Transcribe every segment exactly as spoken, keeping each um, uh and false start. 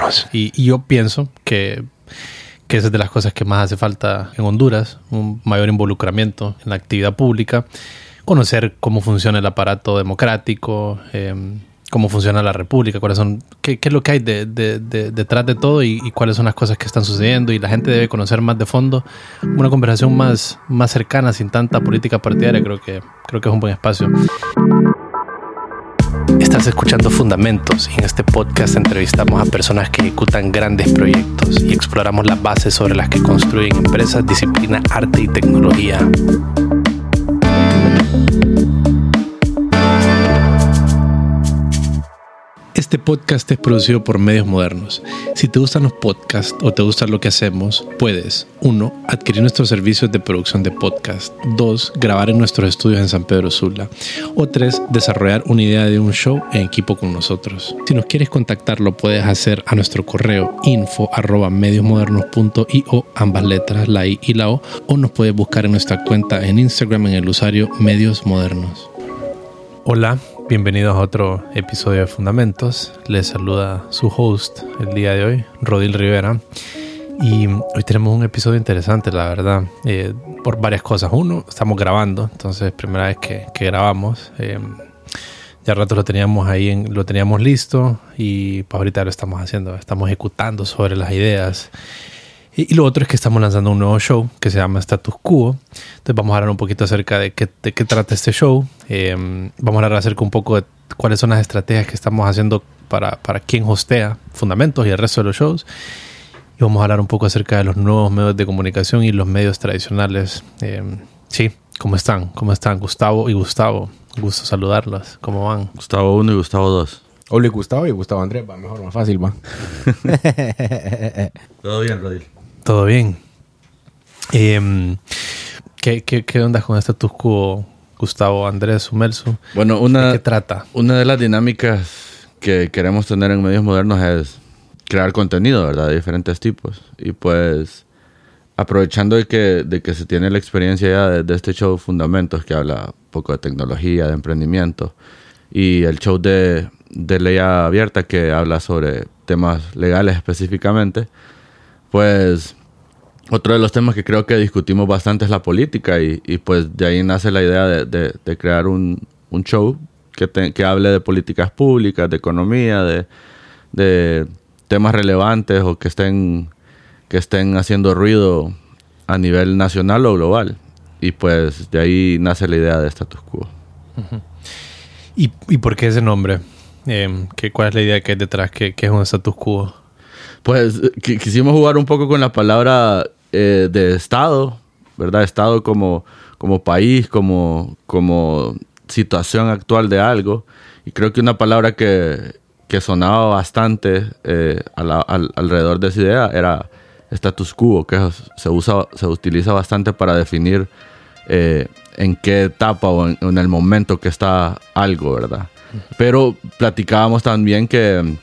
modernos. Y, y yo pienso que, que esa es de las cosas que más hace falta en Honduras, un mayor involucramiento en la actividad pública, conocer cómo funciona el aparato democrático, eh, cómo funciona la república, cuáles son, qué, qué es lo que hay de, de, de, detrás de todo y, y cuáles son las cosas que están sucediendo, y la gente debe conocer más de fondo, una conversación más, más cercana, sin tanta política partidaria. Creo que, creo que es un buen espacio. Estás escuchando Fundamentos, y en este podcast entrevistamos a personas que ejecutan grandes proyectos y exploramos las bases sobre las que construyen empresas, disciplina, arte y tecnología. Este podcast es producido por Medios Modernos. Si te gustan los podcasts o te gusta lo que hacemos, puedes uno adquirir nuestros servicios de producción de podcast, dos grabar en nuestros estudios en San Pedro Sula, o tres desarrollar una idea de un show en equipo con nosotros. Si nos quieres contactar, lo puedes hacer a nuestro correo info arroba mediosmodernos punto io, ambas letras, la I y la O, o nos puedes buscar en nuestra cuenta en Instagram en el usuario Medios Modernos. Hola, bienvenidos a otro episodio de Fundamentos. Les saluda su host el día de hoy, Rodil Rivera. Y hoy tenemos un episodio interesante, la verdad, eh, por varias cosas. Uno, estamos grabando, entonces primera vez que, que grabamos. Eh, ya rato lo teníamos ahí, en, lo teníamos listo, y pues ahorita lo estamos haciendo, estamos ejecutando sobre las ideas. Y, y lo otro es que estamos lanzando un nuevo show que se llama Status Quo. Entonces vamos a hablar un poquito acerca de qué, de qué trata este show. Eh, vamos a hablar acerca un poco de cuáles son las estrategias que estamos haciendo para, para quien hostea Fundamentos y el resto de los shows. Y vamos a hablar un poco acerca de los nuevos medios de comunicación y los medios tradicionales. Eh, sí, ¿cómo están? ¿Cómo están Gustavo y Gustavo? Gusto saludarlos. ¿Cómo van? Gustavo uno y Gustavo dos. Hola, Gustavo y Gustavo Andrés. Va mejor, más fácil, va. Todo bien, Rodil. Todo bien. Eh, ¿qué, qué, ¿Qué onda con Status Quo, Gustavo, Andrés, Sumelso? Bueno, una, ¿de qué trata? Una de las dinámicas que queremos tener en Medios Modernos es crear contenido, ¿verdad? De diferentes tipos. Y pues, aprovechando de que, de que se tiene la experiencia ya de, de este show Fundamentos, que habla un poco de tecnología, de emprendimiento, y el show de, de Ley Abierta, que habla sobre temas legales específicamente, pues otro de los temas que creo que discutimos bastante es la política, y, y pues de ahí nace la idea de, de, de crear un, un show que, te, que hable de políticas públicas, de economía, de, de temas relevantes o que estén, que estén haciendo ruido a nivel nacional o global. Y pues de ahí nace la idea de Status Quo. Uh-huh. ¿Y, ¿Y por qué ese nombre? Eh, ¿qué, ¿Cuál es la idea que hay detrás? ¿Qué, qué es un Status Quo? Pues qu- quisimos jugar un poco con la palabra eh, de Estado, ¿verdad? Estado como, como país, como, como situación actual de algo. Y creo que una palabra que, que sonaba bastante eh, a la, al, alrededor de esa idea era status quo, que se, usa, se utiliza bastante para definir eh, en qué etapa o en, en el momento que está algo, ¿verdad? Uh-huh. Pero platicábamos también que...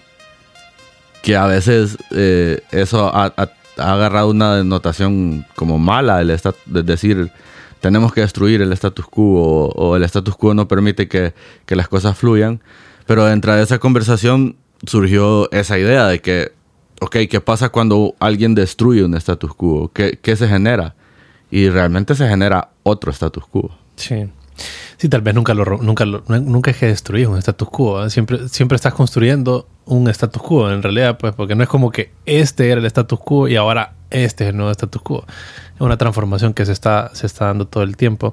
que a veces eh, eso ha, ha, ha agarrado una denotación como mala, el estat- de decir, tenemos que destruir el status quo, o, o el status quo no permite que, que las cosas fluyan. Pero dentro de esa conversación surgió esa idea de que, ok, ¿qué pasa cuando alguien destruye un status quo? ¿Qué, qué se genera? Y realmente se genera otro status quo. Sí. Sí, tal vez nunca lo nunca lo, nunca es que destruyes un status quo, ¿eh? Siempre, siempre estás construyendo un status quo, en realidad, pues, porque no es como que este era el status quo y ahora este es el nuevo status quo. Es una transformación que se está, se está dando todo el tiempo.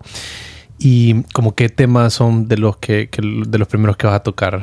Y como qué temas son de los que, que de los primeros que vas a tocar.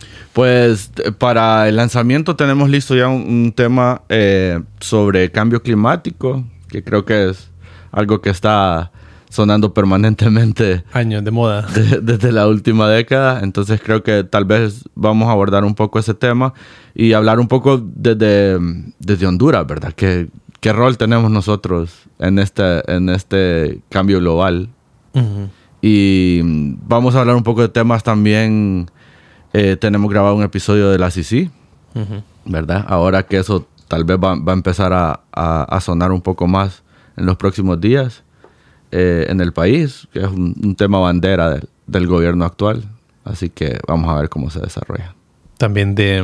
Pues para el lanzamiento tenemos listo ya un, un tema eh, sobre cambio climático, que creo que es algo que está sonando permanentemente. Años de moda. De, desde la última década. Entonces creo que tal vez vamos a abordar un poco ese tema y hablar un poco desde, desde Honduras, ¿verdad? ¿Qué, qué rol tenemos nosotros en este, en este cambio global? Uh-huh. Y vamos a hablar un poco de temas también. Eh, tenemos grabado un episodio de la C C, uh-huh. ¿verdad? Ahora que eso tal vez va, va a empezar a, a, a sonar un poco más en los próximos días. Eh, en el país, que es un, un tema bandera del, del gobierno actual. Así que vamos a ver cómo se desarrolla. También de,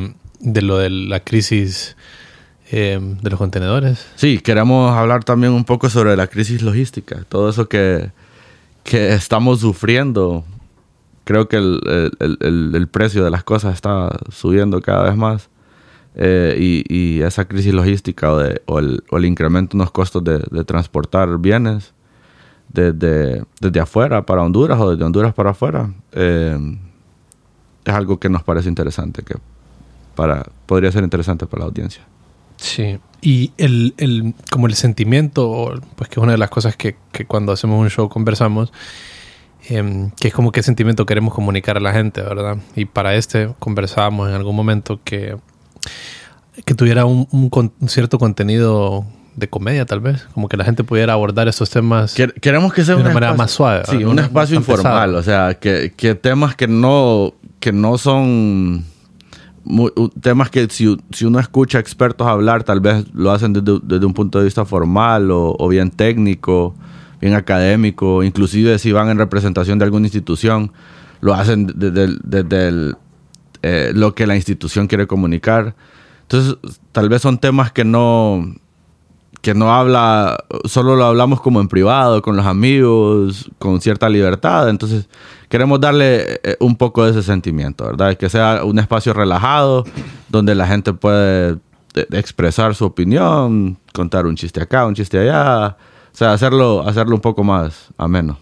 de lo de la crisis eh, de los contenedores. Sí, queremos hablar también un poco sobre la crisis logística, todo eso que, que estamos sufriendo. Creo que el, el, el, el precio de las cosas está subiendo cada vez más. Eh, y, y esa crisis logística o, de, o, el, o el incremento en los costos de, de transportar bienes desde, desde afuera para Honduras o desde Honduras para afuera, eh, es algo que nos parece interesante, que para, podría ser interesante para la audiencia. Sí, y el, el, como el sentimiento, pues que es una de las cosas que, que cuando hacemos un show conversamos, eh, que es como qué sentimiento queremos comunicar a la gente, ¿verdad? Y para este conversábamos en algún momento que que tuviera un, un, un cierto contenido de comedia, tal vez, como que la gente pudiera abordar estos temas. Queremos que sea de una un manera espacio, más suave. Sí, ¿verdad? un espacio informal, pesado. O sea, que, que temas que no, que no son muy, temas que si, si uno escucha expertos hablar, tal vez lo hacen desde, desde un punto de vista formal o, o bien técnico, bien académico, inclusive si van en representación de alguna institución, lo hacen desde, desde el, eh, lo que la institución quiere comunicar. Entonces, tal vez son temas que no, que no habla, solo lo hablamos como en privado, con los amigos, con cierta libertad. Entonces, queremos darle un poco de ese sentimiento, ¿verdad? Que sea un espacio relajado, donde la gente puede expresar su opinión, contar un chiste acá, un chiste allá. O sea, hacerlo, hacerlo un poco más ameno.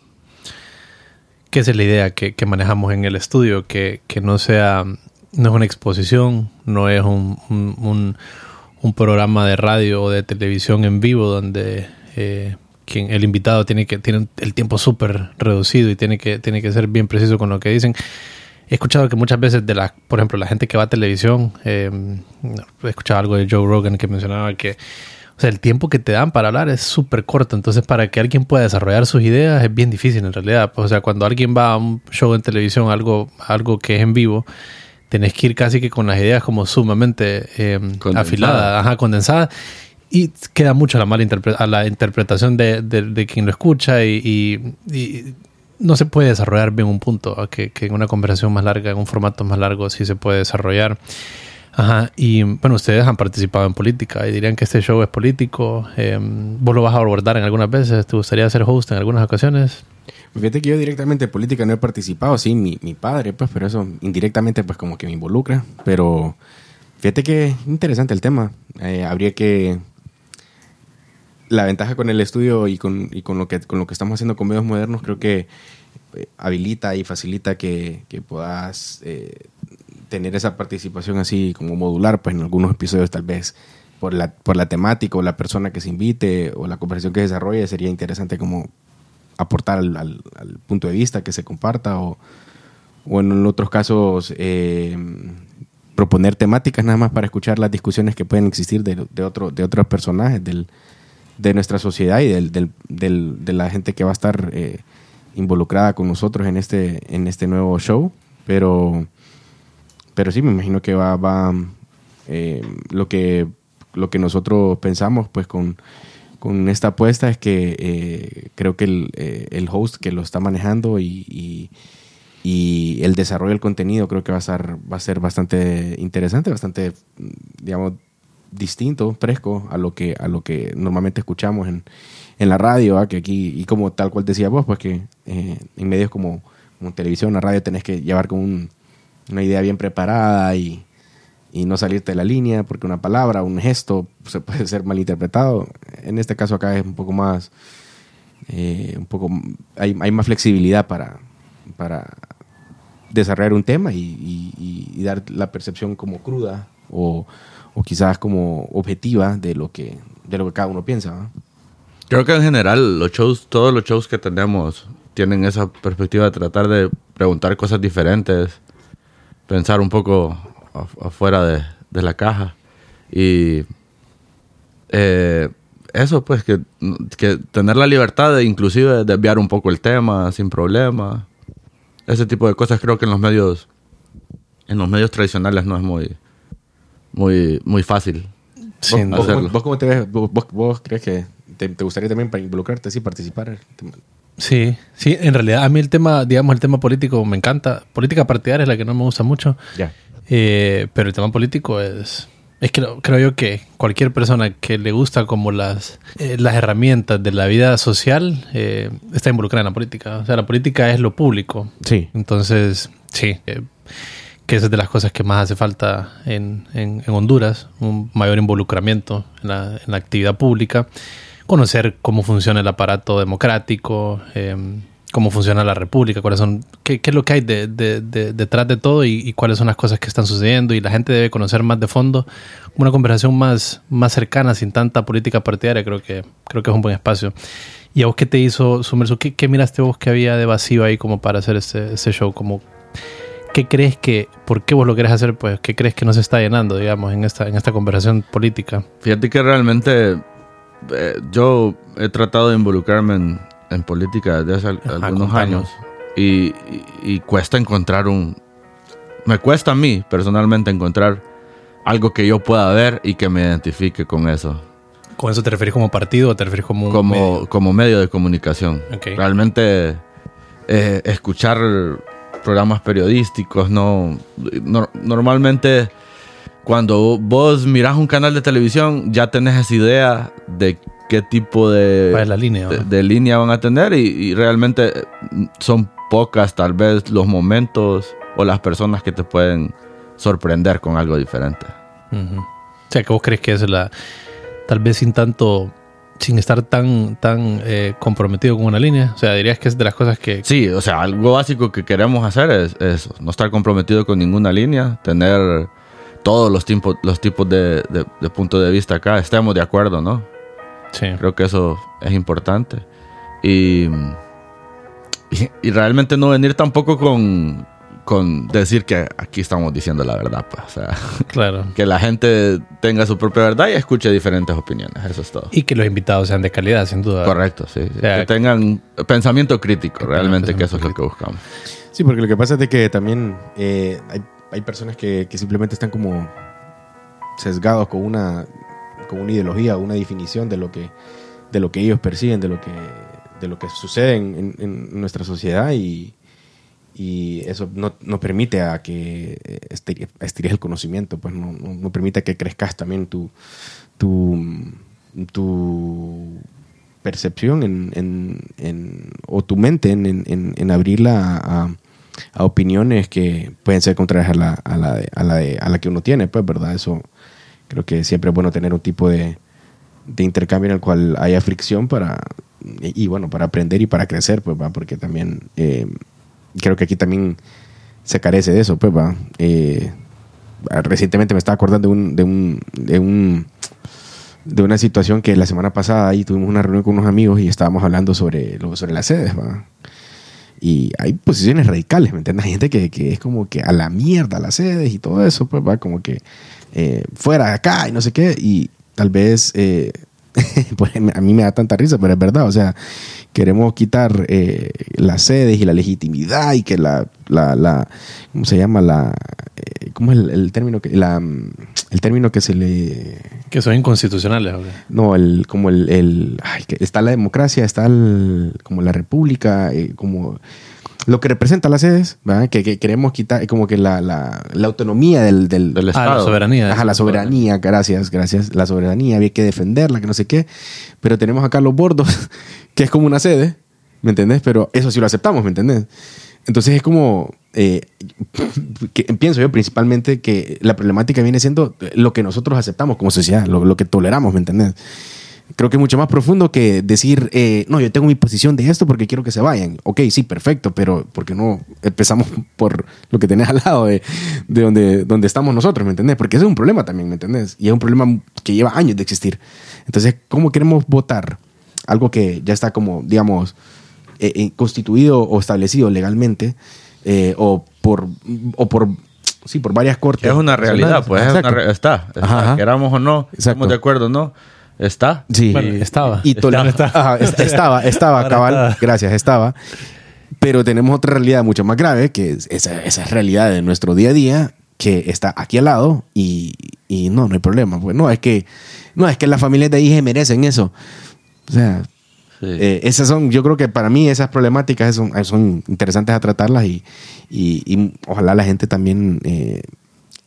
Que esa es la idea que, que manejamos en el estudio, que, que no sea... No es una exposición, no es un, un, un, un programa de radio o de televisión en vivo donde eh, quien, el invitado tiene que tiene el tiempo súper reducido y tiene que, tiene que ser bien preciso con lo que dicen. He escuchado que muchas veces, de la, por ejemplo, la gente que va a televisión, eh, he escuchado algo de Joe Rogan que mencionaba que o sea, el tiempo que te dan para hablar es súper corto. Entonces, para que alguien pueda desarrollar sus ideas es bien difícil en realidad. O sea, cuando alguien va a un show en televisión, algo, algo que es en vivo, tenés que ir casi que con las ideas como sumamente eh, afiladas, ajá, condensadas, y queda mucho a la mala interpre- a la interpretación de, de, de quien lo escucha y, y, y no se puede desarrollar bien un punto, que, que en una conversación más larga, en un formato más largo, sí se puede desarrollar. Ajá, y bueno, ustedes han participado en política y dirían que este show es político. Eh, ¿Vos lo vas a abordar en algunas veces? ¿Te gustaría ser host en algunas ocasiones? Fíjate que yo directamente en política no he participado, sí, mi, mi padre, pues, pero eso indirectamente, pues, como que me involucra. Pero fíjate que es interesante el tema. Eh, habría que... La ventaja con el estudio y con, y con, lo, que, con lo que estamos haciendo con medios modernos, creo que eh, habilita y facilita que, que puedas eh, tener esa participación así como modular, pues, en algunos episodios tal vez por la, por la temática o la persona que se invite o la conversación que se desarrolle, sería interesante como aportar al, al, al punto de vista que se comparta o, o en otros casos eh, proponer temáticas nada más para escuchar las discusiones que pueden existir de, de, otro, de otros personajes del, de nuestra sociedad y del, del, del, de la gente que va a estar eh, involucrada con nosotros en este, en este nuevo show. Pero, pero sí, me imagino que va, va eh, lo que lo que nosotros pensamos pues con con esta apuesta es que eh, creo que el, eh, el host que lo está manejando y, y, y el desarrollo del contenido creo que va a ser, va a ser bastante interesante, bastante, digamos, distinto, fresco a lo que, a lo que normalmente escuchamos en, en la radio, ¿eh? Que aquí, y como tal cual decía vos, pues que eh, en medios como, como televisión, la radio tenés que llevar con un, una idea bien preparada y y no salirte de la línea porque una palabra, un gesto se puede ser malinterpretado. En este caso acá es un poco más, eh, un poco, hay, hay más flexibilidad para, para desarrollar un tema y, y, y dar la percepción como cruda o, o quizás como objetiva de lo que, de lo que cada uno piensa, ¿no? Creo que en general los shows, todos los shows que tenemos tienen esa perspectiva de tratar de preguntar cosas diferentes, pensar un poco afuera de, de la caja y eh, eso pues que, que tener la libertad de inclusive desviar un poco el tema sin problema, ese tipo de cosas creo que en los medios en los medios tradicionales no es muy muy muy fácil. Sí, ¿Vos, vos, vos cómo te ves? ¿Vos, vos, vos crees que te, te gustaría también para involucrarte, sí, participar? Sí, sí, en realidad a mí el tema, digamos el tema político me encanta. Política partidaria es la que no me gusta mucho. Ya. Eh, pero el tema político es... Es que lo- creo yo que cualquier persona que le gusta como las, eh, las herramientas de la vida social eh, está involucrada en la política. O sea, la política es lo público. Sí. Entonces, sí, eh, que esa es de las cosas que más hace falta en, en, en Honduras, un mayor involucramiento en la, en la actividad pública, conocer cómo funciona el aparato democrático, eh, cómo funciona la república, cuáles son, qué, qué es lo que hay de, de, de, detrás de todo y, y cuáles son las cosas que están sucediendo, y la gente debe conocer más de fondo, una conversación más, más cercana, sin tanta política partidaria. Creo que, creo que es un buen espacio. ¿Y a vos qué te hizo, Sumerso? ¿Qué, qué miraste vos que había de vacío ahí como para hacer este, este show? Como, ¿qué crees que, por qué vos lo querés hacer? Pues, ¿qué crees que no se está llenando, digamos, en esta, en esta conversación política? Fíjate que realmente eh, yo he tratado de involucrarme en, en política desde hace Ajá, algunos contanos. años y, y, y cuesta encontrar un... Me cuesta a mí personalmente encontrar algo que yo pueda ver y que me identifique con eso. ¿Con eso te referís como partido o te referís como un Como medio? medio, como medio de comunicación. Ok. Realmente eh, escuchar programas periodísticos, no, no- normalmente cuando vos mirás un canal de televisión ya tenés esa idea de qué tipo de, ¿Cuál es la línea? de, ¿no? de línea van a tener, y, y realmente eh, son pocas tal vez los momentos o las personas que te pueden sorprender con algo diferente. Ujú. O sea, que vos crees que es la... Tal vez sin tanto... Sin estar tan, tan eh, comprometido con una línea. O sea, dirías que es de las cosas que... Sí, o sea, algo básico que queremos hacer es, es no estar comprometido con ninguna línea, tener todos los tipos, los tipos de, de, de puntos de vista acá, estemos de acuerdo, ¿no? Sí. Creo que eso es importante. Y, y, y realmente no venir tampoco con, con decir que aquí estamos diciendo la verdad, pues. O sea, Claro. que la gente tenga su propia verdad y escuche diferentes opiniones, eso es todo. Y que los invitados sean de calidad, sin duda. Correcto, sí. O sea, que tengan pensamiento crítico, que realmente, tengan que eso es lo pensamiento que buscamos. Sí, porque lo que pasa es de que también eh, hay, hay personas que, que simplemente están como sesgados con una, con una ideología, una definición de lo que, de lo que ellos perciben, de lo que, de lo que sucede en, en nuestra sociedad, y, y eso no, no permite a que estires, estires el conocimiento, pues no, no, no permite que crezcas también tu, tu, tu percepción en, en, en, o tu mente en, en, en abrirla a, a, a opiniones que pueden ser contrarias a la, a la, de, a la, de, a la que uno tiene, pues, ¿verdad? Eso creo que siempre es bueno tener un tipo de, de intercambio en el cual haya fricción para, y, y bueno, para aprender y para crecer, pues, ¿va? Porque también eh, creo que aquí también se carece de eso, pues, ¿va? Eh, recientemente me estaba acordando de un, de un, de un de una situación que la semana pasada ahí tuvimos una reunión con unos amigos y estábamos hablando sobre, sobre las sedes, ¿va? Y hay posiciones radicales, ¿me entiendes? Hay gente que, que es como que a la mierda las sedes y todo eso, pues, va, como que eh, fuera de acá y no sé qué, y tal vez eh, pues, a mí me da tanta risa, pero es verdad, o sea, queremos quitar eh, las sedes y la legitimidad y que la, la, la ¿cómo se llama? La, eh, ¿cómo es el, el término que la, el término que se le... Que son inconstitucionales. ¿Okay? No, el, como el, el ay, que está la democracia, está el, como la república, eh, como lo que representa las sedes, ¿verdad? Que, que queremos quitar, como que la, la, la autonomía del, del, Del Ah, Estado. la soberanía. Ajá, la soberanía, gracias, gracias. La soberanía, había que defenderla, que no sé qué. Pero tenemos acá los bordos, que es como una sede, ¿me entendés? Pero eso sí lo aceptamos, ¿me entendés? Entonces es como, eh, que, pienso yo principalmente que la problemática viene siendo lo que nosotros aceptamos como sociedad, lo, lo que toleramos, ¿me entendés? Creo que es mucho más profundo que decir, eh, no, yo tengo mi posición de esto porque quiero que se vayan. Ok, sí, perfecto, pero ¿por qué no empezamos por lo que tenés al lado de, de donde, donde estamos nosotros, ¿me entendés? Porque ese es un problema también, ¿me entendés? Y es un problema que lleva años de existir. Entonces, ¿cómo queremos votar algo que ya está como, digamos, eh, eh, constituido o establecido legalmente, eh, o por o por sí por varias cortes? Es una realidad, pues, es una Exacto. re- está, está. Ajá, ajá. Queramos o no, Exacto. estamos de acuerdo o no, está. Sí. Bueno, estaba. Y toler- Ya no está. Ajá, es- estaba, estaba, Ahora cabal, está. gracias, estaba. Pero tenemos otra realidad mucho más grave, que es esa, esa realidad de nuestro día a día, que está aquí al lado, y, y no, no hay problema. Pues no, es que, no, es que las familias de ahí se merecen eso. O sea, Sí. eh, esas son, yo creo que para mí esas problemáticas son, son interesantes a tratarlas, y, y, y ojalá la gente también eh,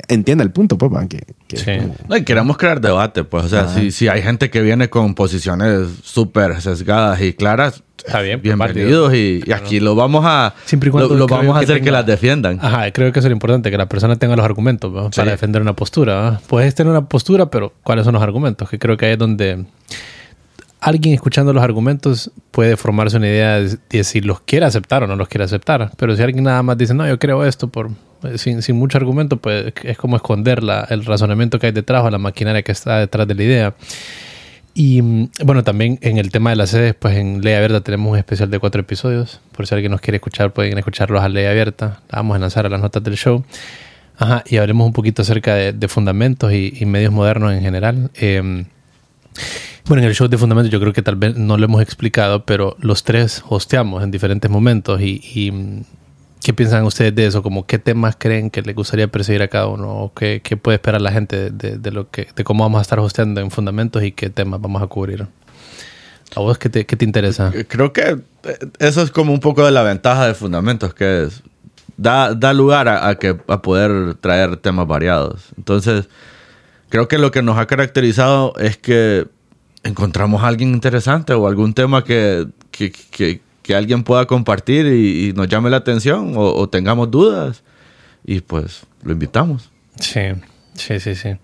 entienda el punto, pues, ¿va? que, que Sí. como- No, y queremos crear debate, pues. O sea, si, si hay gente que viene con posiciones súper sesgadas y claras, Está bien, pues, bienvenidos. Y, y aquí lo vamos a, Siempre y cuando lo, lo creo vamos a que hacer que tenga- las defiendan. Ajá, creo que eso es lo importante, que la persona tenga los argumentos, ¿no? Sí. Para defender una postura. ¿no? Puedes tener una postura, pero ¿cuáles son los argumentos? Que creo que ahí es donde alguien escuchando los argumentos puede formarse una idea de, de si los quiere aceptar o no los quiere aceptar. Pero si alguien nada más dice, no, yo creo esto por sin, sin mucho argumento, pues es como esconder la, el razonamiento que hay detrás o la maquinaria que está detrás de la idea. Y mm, bueno, también en el tema de las sedes, pues en Ley Abierta tenemos un especial de cuatro episodios. Por si alguien nos quiere escuchar, pueden escucharlos a Ley Abierta. La vamos a lanzar a las notas del show. Ajá, y hablemos un poquito acerca de, de fundamentos y, y medios modernos en general. Eh, bueno, en el show de fundamentos yo creo que tal vez no lo hemos explicado, pero los tres hosteamos en diferentes momentos. Y, y mm, ¿qué piensan ustedes de eso? Como ¿qué temas creen que les gustaría perseguir a cada uno? ¿O qué, qué puede esperar la gente de, de, de lo que, de cómo vamos a estar hosteando en fundamentos y qué temas vamos a cubrir? ¿A vos qué te, qué te interesa? Creo que eh, eso es como un poco de la ventaja de Fundamentos, que es da, da lugar a, a que a poder traer temas variados. Entonces, creo que lo que nos ha caracterizado es que encontramos a alguien interesante o algún tema que, que, que, que alguien pueda compartir y, y nos llame la atención o, o tengamos dudas y pues lo invitamos. Sí, sí, sí, sí.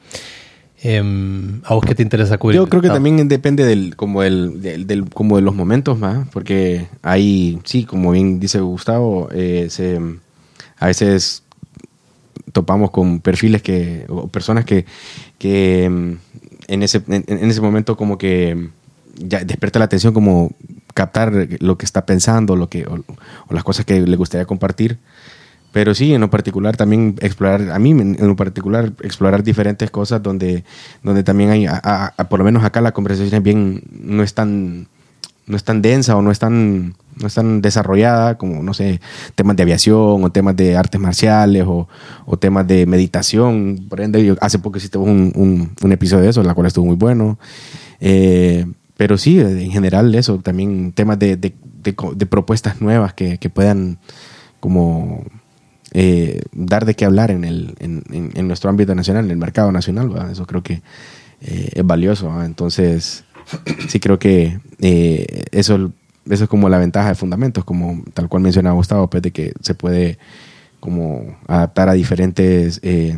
Eh, ¿A vos qué te interesa cubrir? Yo creo que Ah, también depende del, como el, del, del- como de los momentos, ¿va? Porque hay, sí, como bien dice Gustavo, eh, se, a veces topamos con perfiles que, o personas que, que mm, en ese, en, en ese momento como que ya despierta la atención, como captar lo que está pensando, lo que, o, o las cosas que le gustaría compartir. Pero sí, en lo particular también explorar, a mí en lo particular explorar diferentes cosas donde, donde también hay, a, a- a- por lo menos acá la conversación es bien, no es tan, no es tan densa o no es tan, no es tan desarrollada como, no sé, temas de aviación o temas de artes marciales o, o temas de meditación. Por ende, yo hace poco hiciste un, un, un episodio de eso, la cual estuvo muy bueno. Eh, pero sí, en general eso, también temas de, de, de, de propuestas nuevas que, que puedan como... Eh, dar de qué hablar en, el, en, en, en nuestro ámbito nacional, en el mercado nacional, ¿verdad? Eso creo que eh, es valioso, ¿verdad? Entonces, sí creo que eh, eso, eso es como la ventaja de Fundamentos, como tal cual mencionaba Gustavo, pues, de que se puede como adaptar a diferentes eh,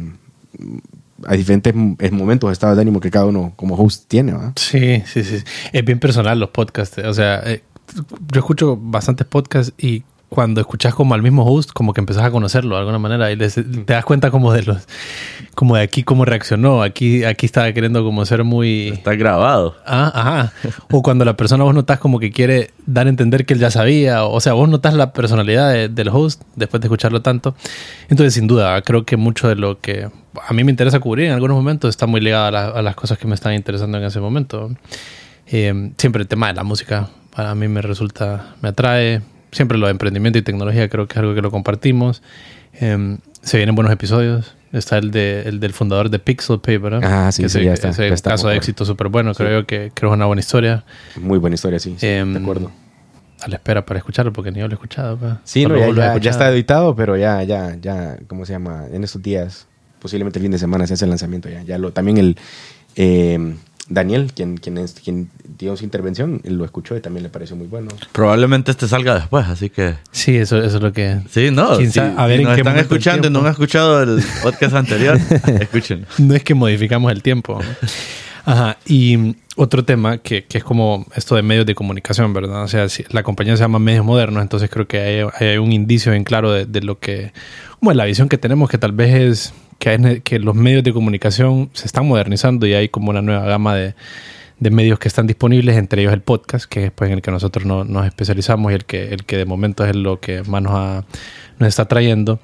a diferentes momentos, estados de ánimo que cada uno como host tiene, ¿verdad? Sí, sí, sí. Es bien personal los podcasts. O sea, eh, yo escucho bastantes podcasts y cuando escuchas como al mismo host, como que empezás a conocerlo de alguna manera y les- te das cuenta como de los, como de aquí cómo reaccionó. Aquí, aquí estaba queriendo como ser muy... Está grabado. Ah, ajá. O cuando la persona vos notás como que quiere dar a entender que él ya sabía. O sea, vos notás la personalidad de- del host después de escucharlo tanto. Entonces, sin duda, creo que mucho de lo que a mí me interesa cubrir en algunos momentos está muy ligado a, la- a las cosas que me están interesando en ese momento. Eh, siempre el tema de la música para mí me resulta, me atrae. Siempre lo de emprendimiento y tecnología creo que es algo que lo compartimos. Eh, se vienen buenos episodios. Está el, de, el del fundador de Pixel Pay, ¿verdad? Ah, sí, que sí, ese, ya está, ese ya está, caso de por favor. éxito súper bueno. Sí. Creo yo que, que es una buena historia. Muy buena historia, sí, sí, Em, de acuerdo. A la espera para escucharlo porque ni yo lo he escuchado. pues. Sí, Solo no, ya, vos lo has ya, ya escuchado. está editado, pero ya, ya, ya, ¿cómo se llama? En estos días, posiblemente el fin de semana se hace el lanzamiento ya. Ya lo, también el eh, Daniel, quien, quien, es, quien dio su intervención, él lo escuchó y también le pareció muy bueno. Probablemente este salga después, así que... Sí, eso, eso es lo que... Sí, no. ¿Quién Si, sabe? A ver si en nos qué están momento del escuchando y no tiempo. han escuchado el podcast anterior, escuchen. No es que modificamos el tiempo. Ajá. Y otro tema que, que es como esto de medios de comunicación, ¿verdad? O sea, si la compañía se llama Medios Modernos, entonces creo que hay, hay un indicio bien claro de, de lo que... Bueno, la visión que tenemos que tal vez es que, hay, que los medios de comunicación se están modernizando y hay como una nueva gama de, de medios que están disponibles, entre ellos el podcast, que es pues, en el que nosotros no, nos especializamos y el que, el que de momento es lo que más nos, ha, nos está trayendo.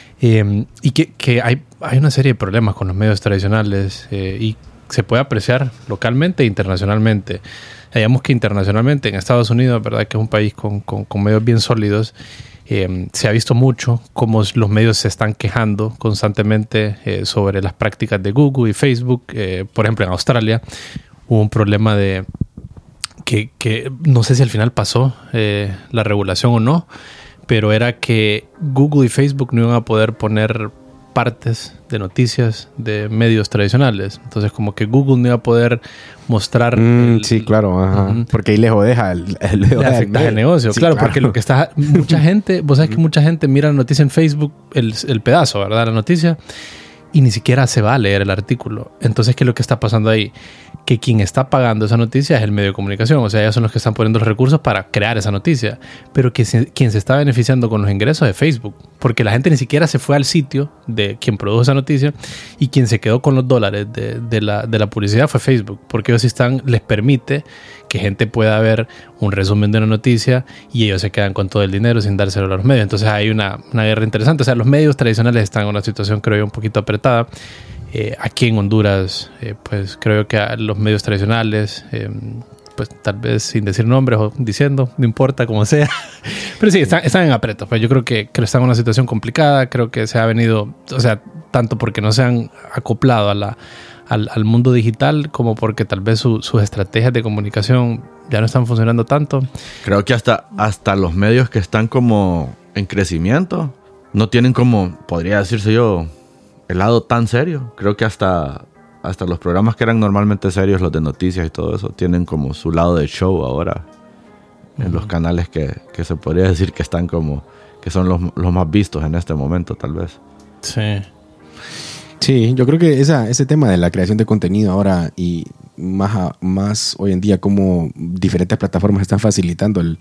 Eh, y que, que hay, hay una serie de problemas con los medios tradicionales eh, y se puede apreciar localmente e internacionalmente. Digamos que internacionalmente, en Estados Unidos, ¿verdad? Que es un país con, con, con medios bien sólidos, eh, se ha visto mucho cómo los medios se están quejando constantemente eh, sobre las prácticas de Google y Facebook. Eh, por ejemplo, en Australia hubo un problema de que, que no sé si al final pasó eh, la regulación o no, pero era que Google y Facebook no iban a poder poner partes de noticias de medios tradicionales. Entonces, como que Google no iba a poder mostrar... Mm, el, sí, claro. Ajá. Uh-huh. Porque ahí le jodeja el, el, le afecta el negocio. Sí, claro, claro, porque lo que está... Mucha gente... Vos sabés que mucha gente mira la noticia en Facebook, el, el pedazo, ¿verdad? La noticia... y ni siquiera se va a leer el artículo. Entonces, ¿qué es lo que está pasando ahí? Que quien está pagando esa noticia es el medio de comunicación. O sea, ellos son los que están poniendo los recursos para crear esa noticia. Pero que se, quien se está beneficiando con los ingresos es Facebook. Porque la gente ni siquiera se fue al sitio de quien produjo esa noticia, y quien se quedó con los dólares de, de, la, de la publicidad fue Facebook. Porque ellos están, les permite que gente pueda ver un resumen de una noticia y ellos se quedan con todo el dinero sin dárselo a los medios. Entonces hay una, una guerra interesante. O sea, los medios tradicionales están en una situación, creo yo, un poquito apretada. Eh, aquí en Honduras, eh, pues creo que a los medios tradicionales, eh, pues tal vez sin decir nombres o diciendo, no importa como sea, pero sí, están, están en aprieto. Pues yo creo que, que están en una situación complicada. Creo que se ha venido, o sea, tanto porque no se han acoplado a la, al, al mundo digital, como porque tal vez su, sus estrategias de comunicación ya no están funcionando tanto. Creo que hasta, hasta los medios que están como en crecimiento no tienen como, podría decirse yo, el lado tan serio. Creo que hasta, hasta los programas que eran normalmente serios, los de noticias y todo eso, tienen como su lado de show ahora en uh-huh. los canales que, que se podría decir que están como, que son los, los más vistos en este momento, tal vez. Sí. Sí, yo creo que esa, ese tema de la creación de contenido ahora, y más, a, más hoy en día, como diferentes plataformas están facilitando el,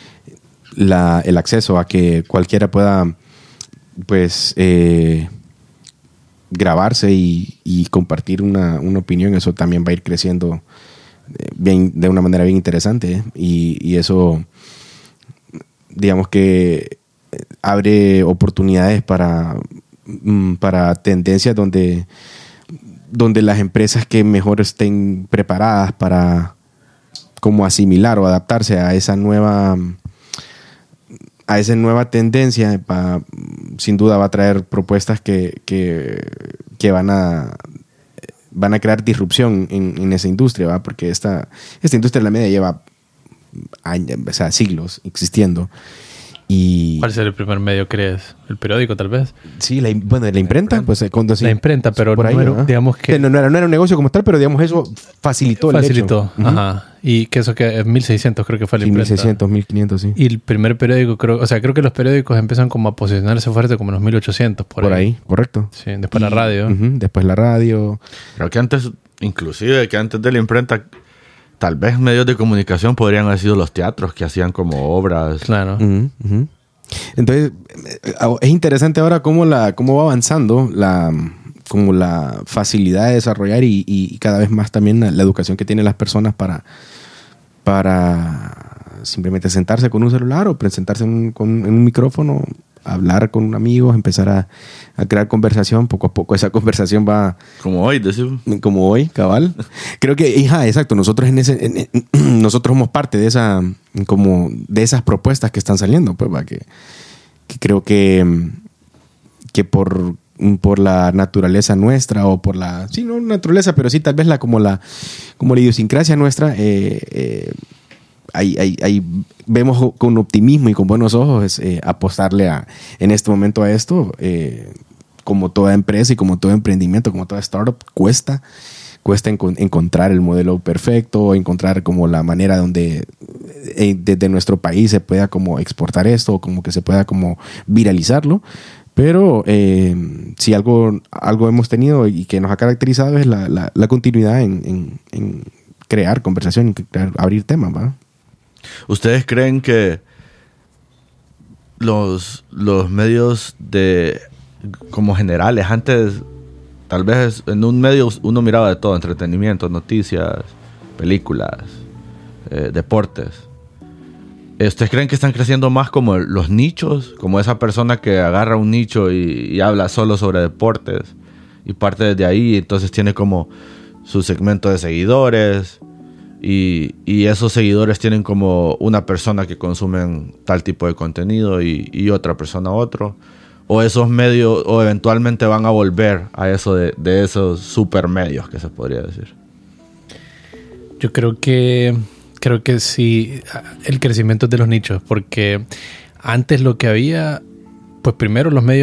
la, el acceso a que cualquiera pueda, pues, eh, grabarse y, y compartir una, una opinión. Eso también va a ir creciendo bien, de una manera bien interesante, ¿eh? y, y eso, digamos que abre oportunidades para, para tendencias donde, donde las empresas que mejor estén preparadas para como asimilar o adaptarse a esa nueva a esa nueva tendencia, pa, sin duda va a traer propuestas que, que, que van a van a crear disrupción en, en esa industria, ¿va? Porque esta, esta industria de la media lleva años, o sea, siglos existiendo. Y ¿cuál sería el primer medio, crees? ¿El periódico, tal vez? Sí, la, bueno, la imprenta, pues cuando sí. La imprenta, pero por ahí, no era, ¿no? digamos que... No, no, era, no era un negocio como tal, pero digamos eso facilitó, facilitó, el hecho. Ajá. Uh-huh. Y que eso que es mil seiscientos, creo que fue la sí, imprenta. mil seiscientos, mil quinientos, sí. Y el primer periódico, creo, o sea, creo que los periódicos empiezan como a posicionarse fuerte como en los mil ochocientos, por, por ahí. ahí. Correcto. Sí, después y, la radio. Uh-huh, después la radio. Creo que antes, inclusive, que antes de la imprenta, tal vez medios de comunicación podrían haber sido los teatros que hacían como obras. Claro. Uh-huh, uh-huh. Entonces, es interesante ahora cómo, la, cómo va avanzando la, como la facilidad de desarrollar y, y cada vez más también la, la educación que tienen las personas para, para simplemente sentarse con un celular o presentarse en un, con, en un micrófono, hablar con amigos, empezar a, a crear conversación. Poco a poco esa conversación va... Como hoy, decimos. Como hoy, cabal. Creo que, hija, exacto, nosotros en ese en, en, nosotros somos parte de esa, como de esas propuestas que están saliendo, pues, va, que, que creo que, que por, por la naturaleza nuestra, o por la, sí, no naturaleza, pero sí tal vez la, como la, como la idiosincrasia nuestra, eh, eh, Ahí, ahí, ahí vemos con optimismo y con buenos ojos eh, apostarle a, en este momento a esto. Eh, como toda empresa y como todo emprendimiento, como toda startup, cuesta, cuesta en, encontrar el modelo perfecto, encontrar como la manera donde eh, desde nuestro país se pueda como exportar esto, como que se pueda como viralizarlo. Pero eh, si algo, algo hemos tenido y que nos ha caracterizado es la, la, la continuidad en, en, en crear conversación, en crear, abrir temas, ¿va? ¿Ustedes creen que los, los medios de como generales, antes tal vez en un medio uno miraba de todo, entretenimiento, noticias, películas, eh, deportes? ¿Ustedes creen que están creciendo más como los nichos? Como esa persona que agarra un nicho y, y habla solo sobre deportes y parte desde ahí, entonces tiene como su segmento de seguidores. Y, y esos seguidores tienen como una persona que consumen tal tipo de contenido y, y otra persona otro. O esos medios, o eventualmente van a volver a eso de, de esos supermedios, que se podría decir. Yo creo que, creo que sí, el crecimiento de los nichos, porque antes lo que había, pues primero los medios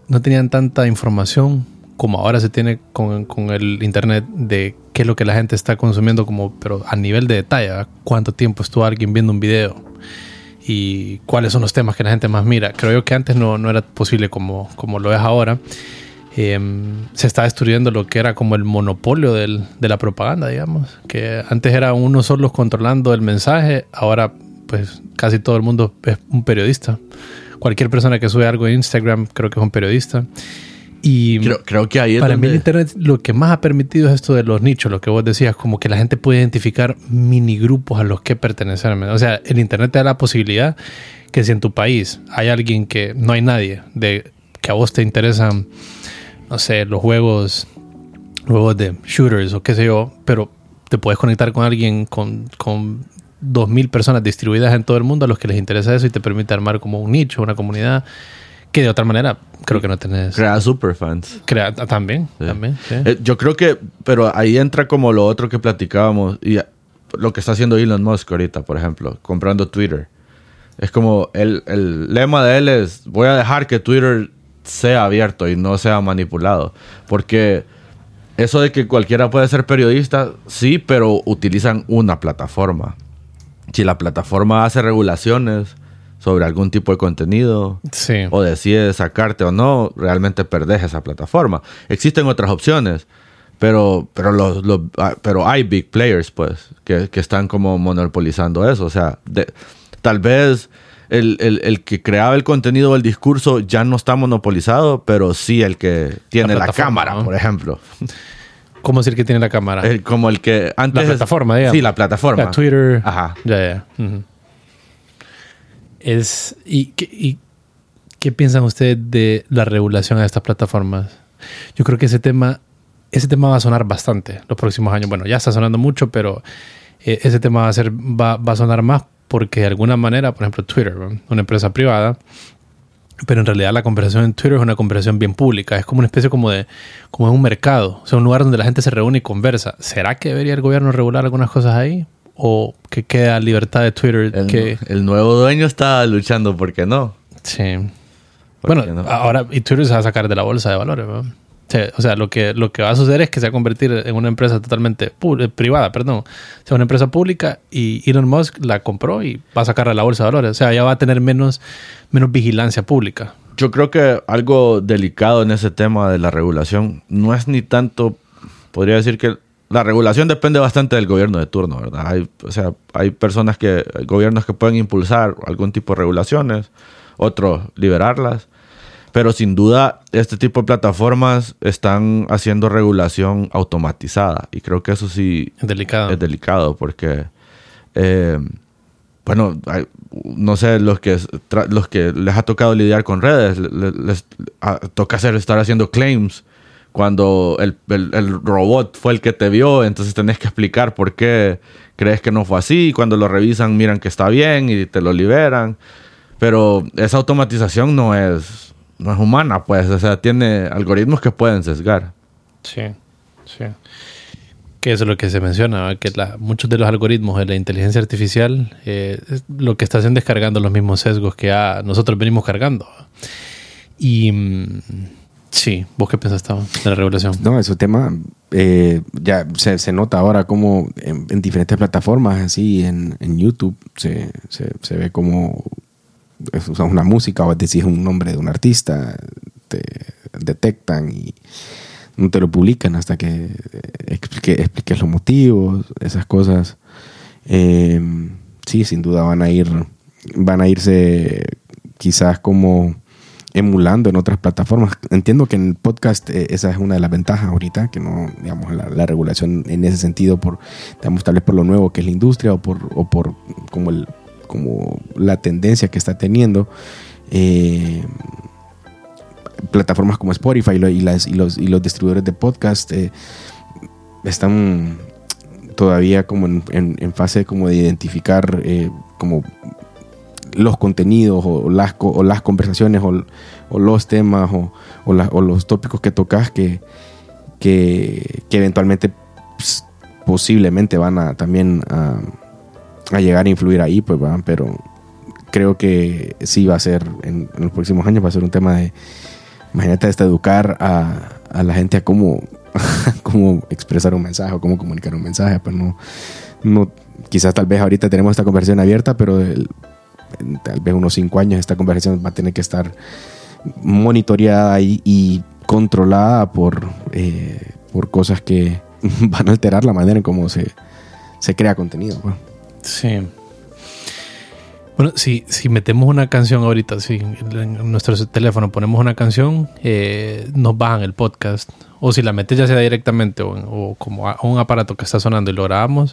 no tenían tanta información como ahora se tiene con, con el internet de qué es lo que la gente está consumiendo, como, pero a nivel de detalle, ¿verdad? Cuánto tiempo estuvo alguien viendo un video y cuáles son los temas que la gente más mira. Creo yo que antes no, no era posible como, como lo es ahora. Eh, se está destruyendo lo que era como el monopolio del, de la propaganda, digamos, que antes era uno solo controlando el mensaje, ahora pues casi todo el mundo es un periodista. Cualquier persona que sube algo en Instagram creo que es un periodista. Y creo, creo que ahí es para donde... mí el internet lo que más ha permitido es esto de los nichos, lo que vos decías, como que la gente puede identificar mini grupos a los que pertenecer. O sea, el internet te da la posibilidad que si en tu país hay alguien que no hay nadie, de que a vos te interesan, no sé, los juegos, juegos de shooters o qué sé yo, pero te puedes conectar con alguien con, con dos mil personas distribuidas en todo el mundo a los que les interesa eso y te permite armar como un nicho, una comunidad que de otra manera creo que no tenés. Crea superfans. Crea, también, sí. también. Sí. Eh, yo creo que, pero ahí entra como lo otro que platicábamos y lo que está haciendo Elon Musk ahorita, por ejemplo, comprando Twitter. Es como el, el lema de él es: voy a dejar que Twitter sea abierto y no sea manipulado. Porque eso de que cualquiera puede ser periodista, sí, pero utilizan una plataforma. Si la plataforma hace regulaciones sobre algún tipo de contenido, sí, o decide sacarte o no, realmente perdés esa plataforma. Existen otras opciones, pero pero los, los pero hay big players, pues, que, que están como monopolizando eso. O sea, de, tal vez el, el, el que creaba el contenido o el discurso ya no está monopolizado, pero sí el que tiene la, la cámara, ¿no? Por ejemplo. ¿Cómo decir que tiene la cámara? El, como el que antes... La plataforma, digamos. Sí, la plataforma. La Twitter. Ajá. Ya, ya. Uh-huh. Es, ¿y, qué, ¿Y qué piensan ustedes de la regulación a estas plataformas? Yo creo que ese tema, ese tema va a sonar bastante los próximos años. Bueno, ya está sonando mucho, pero eh, ese tema va a, ser, va, va a sonar más porque de alguna manera, por ejemplo, Twitter, ¿no? Una empresa privada, pero en realidad la conversación en Twitter es una conversación bien pública. Es como una especie como de, como de un mercado. O sea, un lugar donde la gente se reúne y conversa. ¿Será que debería el gobierno regular algunas cosas ahí? ¿O que queda libertad de Twitter? El, que... el nuevo dueño está luchando, ¿por qué no? Sí. Bueno, no? ahora y Twitter se va a sacar de la bolsa de valores, ¿no? Sí, o sea, lo que, lo que va a suceder es que se va a convertir en una empresa totalmente pu- privada, perdón. O sea, una empresa pública y Elon Musk la compró y va a sacarla de la bolsa de valores. O sea, ya va a tener menos, menos vigilancia pública. Yo creo que algo delicado en ese tema de la regulación no es ni tanto, podría decir que la regulación depende bastante del gobierno de turno, ¿verdad? Hay, o sea, hay personas que, hay gobiernos que pueden impulsar algún tipo de regulaciones, otros liberarlas. Pero sin duda, este tipo de plataformas están haciendo regulación automatizada. Y creo que eso sí es delicado. Es delicado porque, eh, bueno, hay, no sé, los que, los que les ha tocado lidiar con redes, les, les a, toca hacer, estar haciendo claims cuando el, el, el robot fue el que te vio. Entonces tenés que explicar por qué crees que no fue así. Cuando lo revisan, miran que está bien y te lo liberan. Pero esa automatización no es... no es humana, pues. O sea, tiene algoritmos que pueden sesgar. Sí, sí. Que eso es lo que se menciona, ¿verdad? Que la, muchos de los algoritmos de la inteligencia artificial eh, lo que está haciendo es cargando los mismos sesgos que a nosotros venimos cargando. Y mm, sí, ¿vos qué pensás, Tavo, de la regulación? No, ese tema eh, ya se, se nota ahora como en, en diferentes plataformas, así en, en YouTube se, se, se ve como... usas una música o decís un nombre de un artista, te detectan y no te lo publican hasta que explique, expliques los motivos, esas cosas. Eh, sí, sin duda van a ir, van a irse quizás como emulando en otras plataformas. Entiendo que en el podcast eh, esa es una de las ventajas ahorita, que no, digamos, la, la regulación en ese sentido, por, digamos, tal vez por lo nuevo que es la industria o por, o por como el como la tendencia que está teniendo eh, plataformas como Spotify y, lo, y, las, y, los, y los distribuidores de podcast eh, están todavía como en, en, en fase como de identificar eh, como los contenidos o las, o las conversaciones o, o los temas o, o, la, o los tópicos que tocas que, que, que eventualmente pues, posiblemente van a también a a llegar a influir ahí, pues, ¿verdad? Pero creo que sí va a ser, en, en los próximos años va a ser un tema de imagínate hasta educar a, a la gente a cómo, cómo expresar un mensaje o cómo comunicar un mensaje. Pues no, no, quizás tal vez ahorita tenemos esta conversación abierta, pero el, en tal vez unos cinco años esta conversación va a tener que estar monitoreada y, y controlada por, eh, por cosas que van a alterar la manera en cómo se, se crea contenido. Pues. Sí. Bueno, si, si metemos una canción ahorita, si en nuestro teléfono ponemos una canción, eh, nos bajan el podcast. O si la metes ya sea directamente o, o como a un aparato que está sonando y lo grabamos,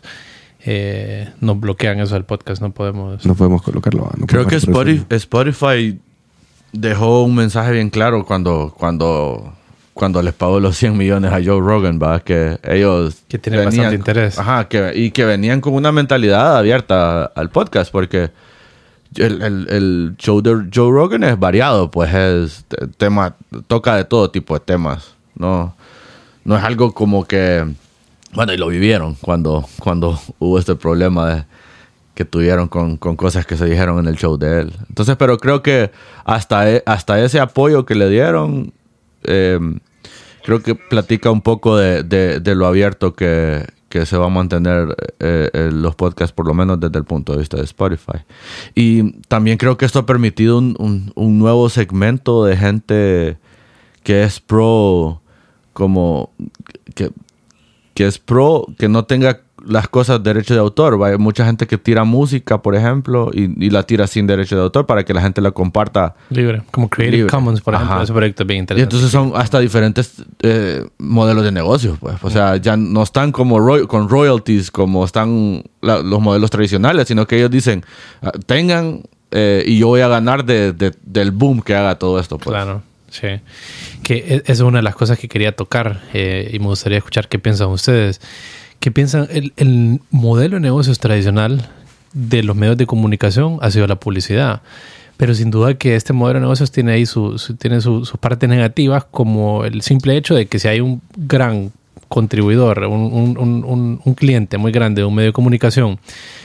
eh, nos bloquean eso del podcast. No podemos... No podemos colocarlo. No Creo podemos que Spotify, Spotify dejó un mensaje bien claro cuando, cuando, cuando les pagó los cien millones a Joe Rogan, ¿va? Que ellos... Que tienen bastante interés. Ajá, que, y que venían con una mentalidad abierta al podcast, porque... El, el, el show de Joe Rogan es variado, pues es tema, toca de todo tipo de temas. No, no es algo como que, bueno, y lo vivieron cuando, cuando hubo este problema de, que tuvieron con, con cosas que se dijeron en el show de él. Entonces, pero creo que hasta, e, hasta ese apoyo que le dieron, eh, creo que platica un poco de, de, de lo abierto que, que se va a mantener eh, eh, los podcasts, por lo menos desde el punto de vista de Spotify. Y también creo que esto ha permitido un, un, un nuevo segmento de gente que es pro, como que, que es pro que no tenga las cosas de derecho de autor. Hay mucha gente que tira música, por ejemplo, y, y la tira sin derecho de autor para que la gente la comparta libre, como Creative libre. Commons, por ejemplo. Ajá. Ese proyecto es bien interesante. Y entonces son hasta diferentes eh, modelos de negocios, pues. O sea, ya no están como roy- con royalties como están la, los modelos tradicionales, sino que ellos dicen, tengan eh, y yo voy a ganar de, de, del boom que haga todo esto, pues. Claro, sí. Que esa es una de las cosas que quería tocar eh, y me gustaría escuchar qué piensan ustedes. ¿Qué piensan? El, el modelo de negocios tradicional de los medios de comunicación ha sido la publicidad. Pero sin duda que este modelo de negocios tiene ahí su, su, tiene su, sus partes negativas, como el simple hecho de que si hay un gran contribuidor, un, un, un, un cliente muy grande de un medio de comunicación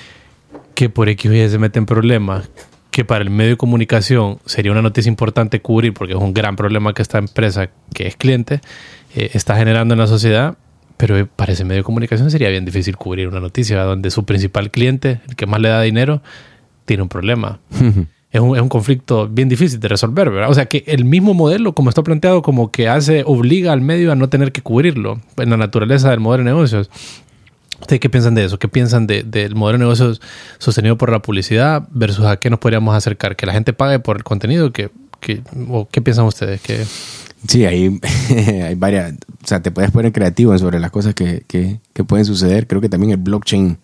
que por X o Y se mete en problemas, que para el medio de comunicación sería una noticia importante cubrir porque es un gran problema que esta empresa, que es cliente, eh, está generando en la sociedad. Pero para ese medio de comunicación sería bien difícil cubrir una noticia donde su principal cliente, el que más le da dinero, tiene un problema. es, un, es un conflicto bien difícil de resolver, ¿verdad? O sea, que el mismo modelo, como está planteado, como que hace, obliga al medio a no tener que cubrirlo en la naturaleza del modelo de negocios. ¿Ustedes qué piensan de eso? ¿Qué piensan de, del modelo de negocios sostenido por la publicidad versus a qué nos podríamos acercar? ¿Que la gente pague por el contenido? ¿Que, que, o qué piensan ustedes? ¿Que Sí, hay, hay varias, o sea, te puedes poner creativo sobre las cosas que, que, que pueden suceder. Creo que también el blockchain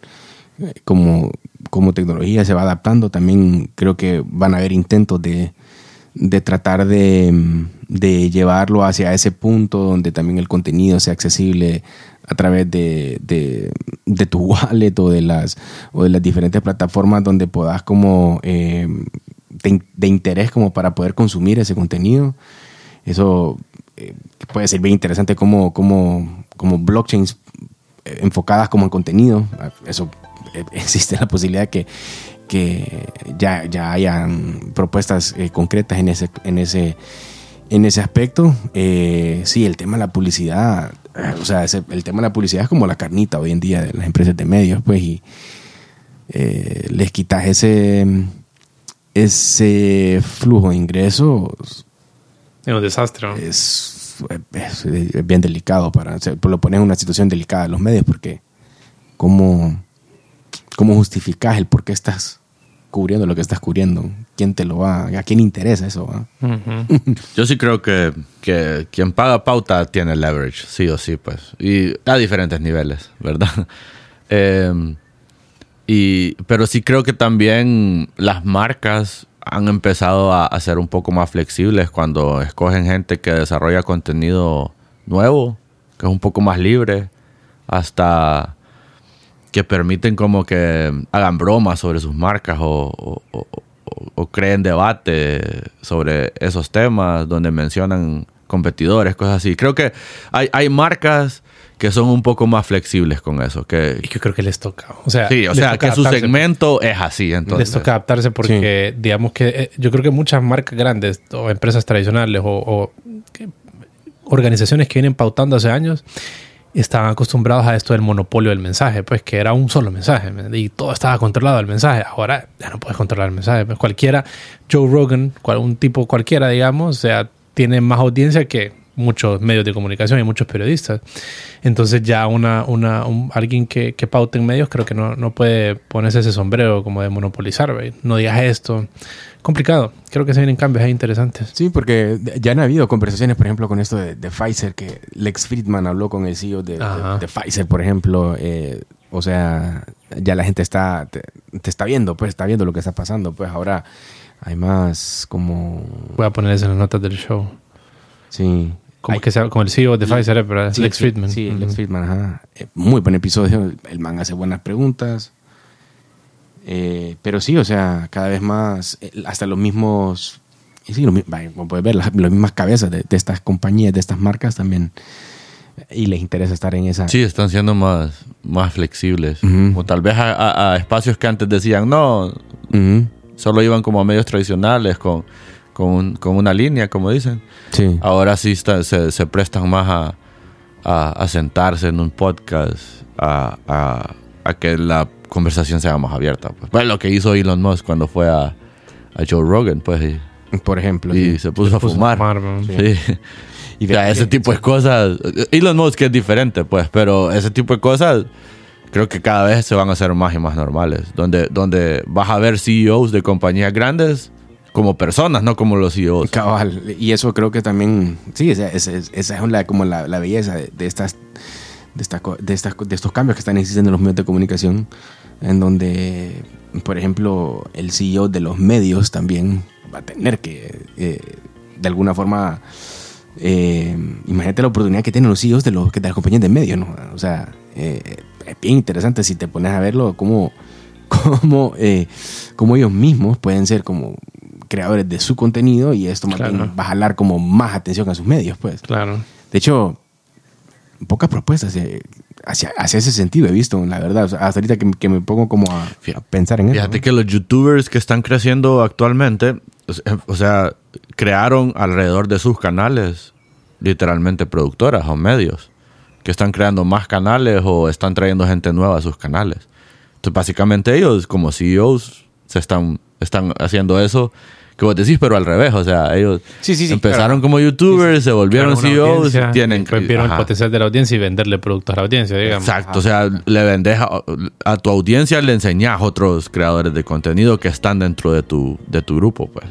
como, como tecnología se va adaptando. También creo que van a haber intentos de, de tratar de, de llevarlo hacia ese punto donde también el contenido sea accesible a través de, de, de tu wallet o de las, o de las diferentes plataformas donde puedas como eh, de, de interés como para poder consumir ese contenido. Eso eh, puede ser bien interesante como, como, como blockchains enfocadas como en contenido. Eso eh, existe la posibilidad que, que ya, ya hayan propuestas eh, concretas en ese, en ese, en ese aspecto. Eh, sí, el tema de la publicidad, eh, o sea, ese, el tema de la publicidad es como la carnita hoy en día de las empresas de medios, pues, y eh, les quitas ese, ese flujo de ingresos. es un desastre, ¿no? Es, es, es bien delicado para, o sea, lo pones en una situación delicada en los medios porque ¿cómo, cómo justificas el por qué estás cubriendo lo que estás cubriendo? ¿Quién te lo va? ¿A quién interesa eso? ¿Eh? Uh-huh. Yo sí creo que, que quien paga pauta tiene leverage, sí o sí, pues. Y a diferentes niveles, ¿verdad? eh, y, pero sí creo que también las marcas han empezado a, a ser un poco más flexibles cuando escogen gente que desarrolla contenido nuevo, que es un poco más libre, hasta que permiten como que hagan bromas sobre sus marcas o, o, o, o creen debate sobre esos temas donde mencionan competidores, cosas así. Creo que hay, hay marcas que son un poco más flexibles con eso. Que, y yo creo que les toca. O sea, sí, o sea que su segmento es así. Entonces. Les toca adaptarse porque, sí. digamos que eh, yo creo que muchas marcas grandes o empresas tradicionales o, o que, organizaciones que vienen pautando hace años estaban acostumbrados a esto del monopolio del mensaje, pues que era un solo mensaje y todo estaba controlado el mensaje. Ahora ya no puedes controlar el mensaje. Pues cualquiera, Joe Rogan, cual, un tipo cualquiera, digamos, o sea, tiene más audiencia que muchos medios de comunicación y muchos periodistas. Entonces ya una, una, un, alguien que, que paute en medios creo que no, no puede ponerse ese sombrero como de monopolizar, ¿ve? No digas esto. Complicado. Creo que se vienen cambios ahí interesantes. Sí, porque ya han habido conversaciones, por ejemplo, con esto de, de Pfizer, que Lex Fridman habló con el C E O de, de, de Pfizer, por ejemplo. Eh, o sea, ya la gente está te, te está viendo, pues está viendo lo que está pasando. Pues ahora hay más como... Voy a poner eso en las notas del show. Sí. Como, Hay, que sea, como el C E O de Pfizer, ¿verdad? Sí, Lex Fridman. Sí, uh-huh. Lex Fridman, ajá. Eh, muy buen episodio. El man hace buenas preguntas. Eh, pero sí, o sea, cada vez más, eh, hasta los mismos, sí, lo, como puedes ver, las, las mismas cabezas de, de estas compañías, de estas marcas también, y les interesa estar en esa. Sí, están siendo más, más flexibles. Uh-huh. O tal vez a, a, a espacios que antes decían, no, uh-huh. solo iban como a medios tradicionales, con, con, un, con una línea, como dicen. Sí. Ahora sí está, se, se prestan más a, a, a sentarse en un podcast, a, a, a que la conversación sea más abierta. Pues. Bueno, lo que hizo Elon Musk cuando fue a, a Joe Rogan, pues. Y, por ejemplo. Y sí. se puso, se a, puso fumar. a fumar. Sí. Sí. Y o sea, ese tipo de cosas. Elon Musk es diferente, pues, pero ese tipo de cosas creo que cada vez se van a hacer más y más normales. Donde, donde vas a ver C E Os de compañías grandes como personas, no como los C E Os. Cabal. Y eso creo que también, sí, esa, esa, esa es la, como la, la belleza de, de estas. De, esta, de, estas, de estos cambios que están existiendo en los medios de comunicación, en donde, por ejemplo, el C E O de los medios también va a tener que, eh, de alguna forma, eh, imagínate la oportunidad que tienen los C E Os de, los, de las compañías de medios, ¿no? O sea, eh, es bien interesante si te pones a verlo, cómo, cómo, eh, cómo ellos mismos pueden ser como creadores de su contenido y esto claro. más bien va a jalar como más atención a sus medios, pues. Claro. De hecho, pocas propuestas eh, hacia, hacia ese sentido he visto, la verdad. O sea, hasta ahorita que, que me pongo como a, a pensar en Fíjate eso. Fíjate ¿no? que los youtubers que están creciendo actualmente, o sea, crearon alrededor de sus canales literalmente productoras o medios que están creando más canales o están trayendo gente nueva a sus canales. Entonces, básicamente ellos como C E Os se están, están haciendo eso que vos decís, pero al revés, o sea, ellos sí, sí, sí, empezaron claro. como youtubers, sí, sí. se volvieron C E Os, tienen... Vieron el potencial de la audiencia y venderle productos a la audiencia, digamos. Exacto, Ajá. o sea, le vendes a, a tu audiencia, le enseñas a otros creadores de contenido que están dentro de tu, de tu grupo, pues.